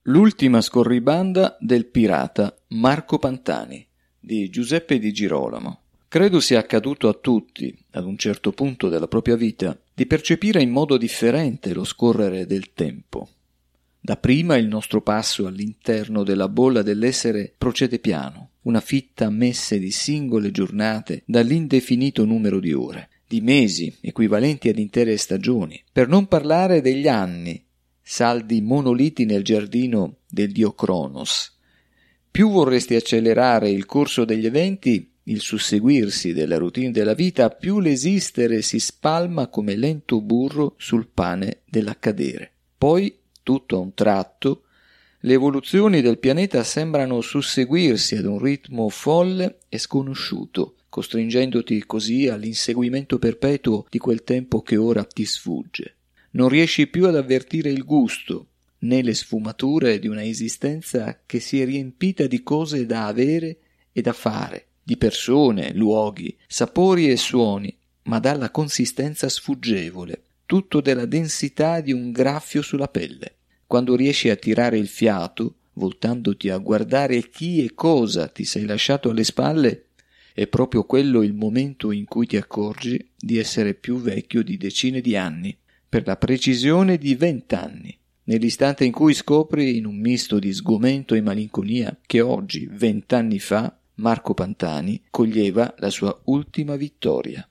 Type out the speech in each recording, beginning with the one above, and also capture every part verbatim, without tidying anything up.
L'ultima scorribanda del pirata Marco Pantani di Giuseppe Di Girolamo. Credo sia accaduto a tutti, ad un certo punto della propria vita, di percepire in modo differente lo scorrere del tempo. Dapprima il nostro passo all'interno della bolla dell'essere procede piano, una fitta messe di singole giornate dall'indefinito numero di ore, di mesi equivalenti ad intere stagioni, per non parlare degli anni, saldi monoliti nel giardino del dio Cronos. Più vorresti accelerare il corso degli eventi, il susseguirsi della routine della vita, più l'esistere si spalma come lento burro sul pane dell'accadere. Poi, tutto a un tratto, le evoluzioni del pianeta sembrano susseguirsi ad un ritmo folle e sconosciuto, costringendoti così all'inseguimento perpetuo di quel tempo che ora ti sfugge. Non riesci più ad avvertire il gusto, né le sfumature di una esistenza che si è riempita di cose da avere e da fare, di persone, luoghi, sapori e suoni, ma dalla consistenza sfuggevole, tutto della densità di un graffio sulla pelle. Quando riesci a tirare il fiato, voltandoti a guardare chi e cosa ti sei lasciato alle spalle, è proprio quello il momento in cui ti accorgi di essere più vecchio di decine di anni, per la precisione di vent'anni, nell'istante in cui scopri, in un misto di sgomento e malinconia, che oggi, vent'anni fa, Marco Pantani coglieva la sua ultima vittoria.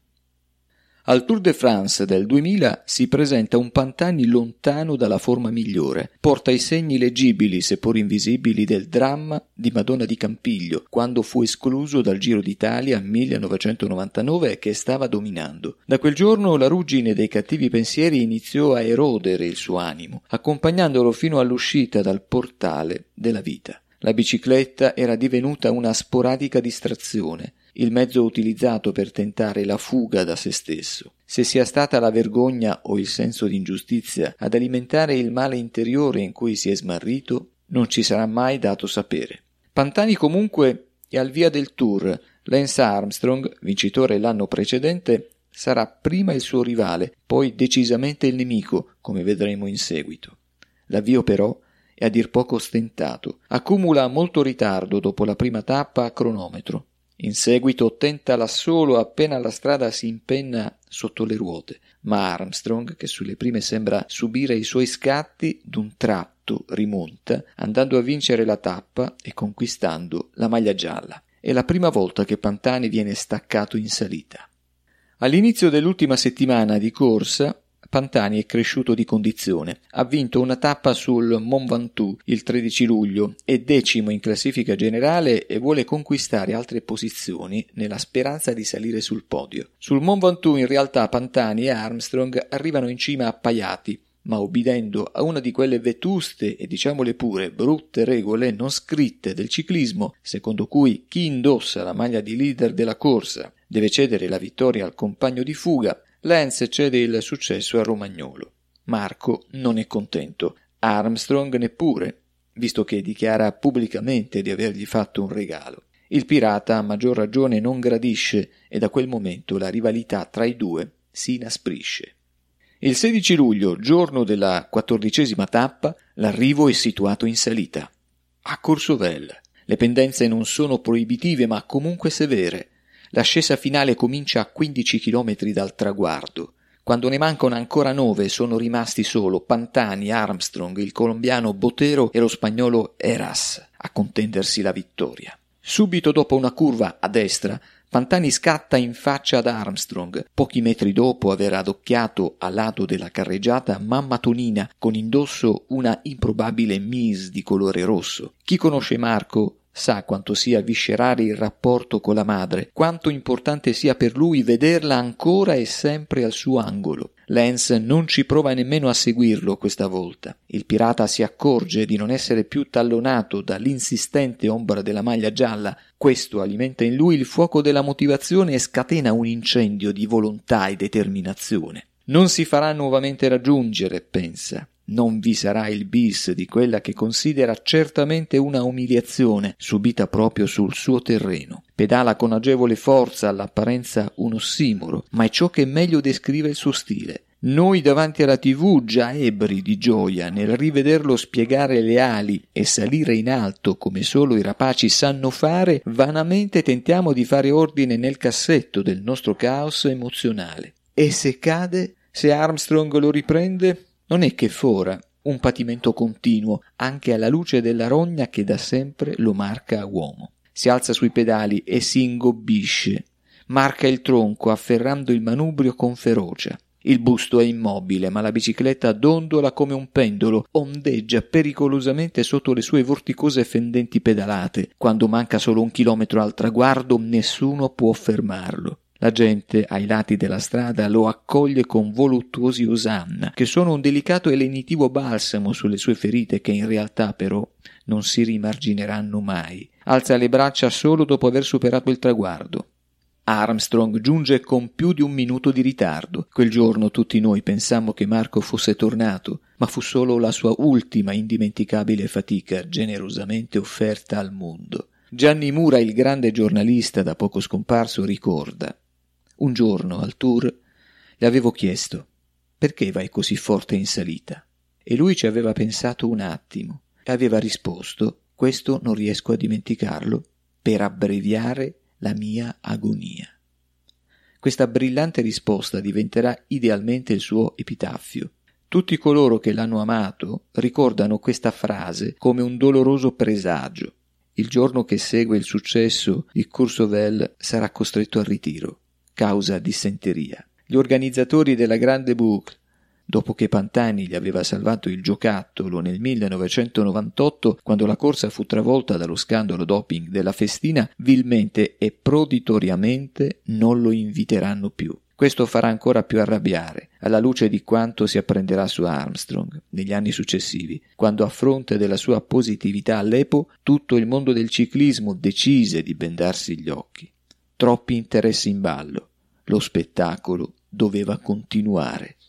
Al Tour de France del duemila si presenta un Pantani lontano dalla forma migliore, porta i segni leggibili, seppur invisibili, del dramma di Madonna di Campiglio, quando fu escluso dal Giro d'Italia millenovecentonovantanove che stava dominando. Da quel giorno la ruggine dei cattivi pensieri iniziò a erodere il suo animo, accompagnandolo fino all'uscita dal portale della vita. La bicicletta era divenuta una sporadica distrazione, il mezzo utilizzato per tentare la fuga da se stesso. Se sia stata la vergogna o il senso di ingiustizia ad alimentare il male interiore in cui si è smarrito, non ci sarà mai dato sapere. Pantani comunque è al via del Tour. Lance Armstrong, vincitore l'anno precedente, sarà prima il suo rivale, poi decisamente il nemico, come vedremo in seguito. L'avvio però è a dir poco stentato. Accumula molto ritardo dopo la prima tappa a cronometro. In seguito tenta l'assolo appena la strada si impenna sotto le ruote, ma Armstrong, che sulle prime sembra subire i suoi scatti, d'un tratto rimonta, andando a vincere la tappa e conquistando la maglia gialla. È la prima volta che Pantani viene staccato in salita. All'inizio dell'ultima settimana di corsa, Pantani è cresciuto di condizione. Ha vinto una tappa sul Mont Ventoux il tredici luglio, è decimo in classifica generale e vuole conquistare altre posizioni nella speranza di salire sul podio. Sul Mont Ventoux in realtà Pantani e Armstrong arrivano in cima appaiati, ma obbedendo a una di quelle vetuste e diciamole pure brutte regole non scritte del ciclismo, secondo cui chi indossa la maglia di leader della corsa deve cedere la vittoria al compagno di fuga, Lance cede il successo a Romagnolo. Marco non è contento, Armstrong neppure, visto che dichiara pubblicamente di avergli fatto un regalo. Il pirata a maggior ragione non gradisce e da quel momento la rivalità tra i due si inasprisce. Il sedici luglio, giorno della quattordicesima tappa, l'arrivo è situato in salita, a Courchevel. Le pendenze non sono proibitive ma comunque severe. L'ascesa finale comincia a quindici chilometri dal traguardo. Quando ne mancano ancora nove sono rimasti solo Pantani, Armstrong, il colombiano Botero e lo spagnolo Heras a contendersi la vittoria. Subito dopo una curva a destra, Pantani scatta in faccia ad Armstrong, pochi metri dopo aver adocchiato a lato della carreggiata mamma Tonina con indosso una improbabile mise di colore rosso. Chi conosce Marco sa quanto sia viscerale il rapporto con la madre, quanto importante sia per lui vederla ancora e sempre al suo angolo. Lance non ci prova nemmeno a seguirlo questa volta. Il pirata si accorge di non essere più tallonato dall'insistente ombra della maglia gialla. Questo alimenta in lui il fuoco della motivazione e scatena un incendio di volontà e determinazione. Non si farà nuovamente raggiungere, pensa. Non vi sarà il bis di quella che considera certamente una umiliazione subita proprio sul suo terreno. Pedala con agevole forza, all'apparenza un ossimoro, ma è ciò che meglio descrive il suo stile. Noi davanti alla tivù, già ebbri di gioia nel rivederlo spiegare le ali e salire in alto come solo i rapaci sanno fare, vanamente tentiamo di fare ordine nel cassetto del nostro caos emozionale. E se cade? Se Armstrong lo riprende? Non è che fora un patimento continuo, anche alla luce della rogna che da sempre lo marca uomo. Si alza sui pedali e si ingobbisce, marca il tronco afferrando il manubrio con ferocia. Il busto è immobile, ma la bicicletta dondola come un pendolo, ondeggia pericolosamente sotto le sue vorticose e fendenti pedalate. Quando manca solo un chilometro al traguardo, nessuno può fermarlo. La gente ai lati della strada lo accoglie con voluttuosi osanna, che sono un delicato e lenitivo balsamo sulle sue ferite che in realtà però non si rimargineranno mai. Alza le braccia solo dopo aver superato il traguardo. Armstrong giunge con più di un minuto di ritardo. Quel giorno tutti noi pensammo che Marco fosse tornato, ma fu solo la sua ultima indimenticabile fatica generosamente offerta al mondo. Gianni Mura, il grande giornalista da poco scomparso, ricorda: un giorno al tour le avevo chiesto: perché vai così forte in salita? E lui ci aveva pensato un attimo e aveva risposto: questo non riesco a dimenticarlo, per abbreviare la mia agonia. Questa brillante risposta diventerà idealmente il suo epitaffio. Tutti coloro che l'hanno amato ricordano questa frase come un doloroso presagio. Il giorno che segue il successo di Courchevel sarà costretto al ritiro, causa dissenteria. Gli organizzatori della Grande Boucle, dopo che Pantani gli aveva salvato il giocattolo nel millenovecentonovantotto, quando la corsa fu travolta dallo scandalo doping della Festina, vilmente e proditoriamente non lo inviteranno più. Questo farà ancora più arrabbiare, alla luce di quanto si apprenderà su Armstrong negli anni successivi, quando a fronte della sua positività all'E P O tutto il mondo del ciclismo decise di bendarsi gli occhi. Troppi interessi in ballo. Lo spettacolo doveva continuare.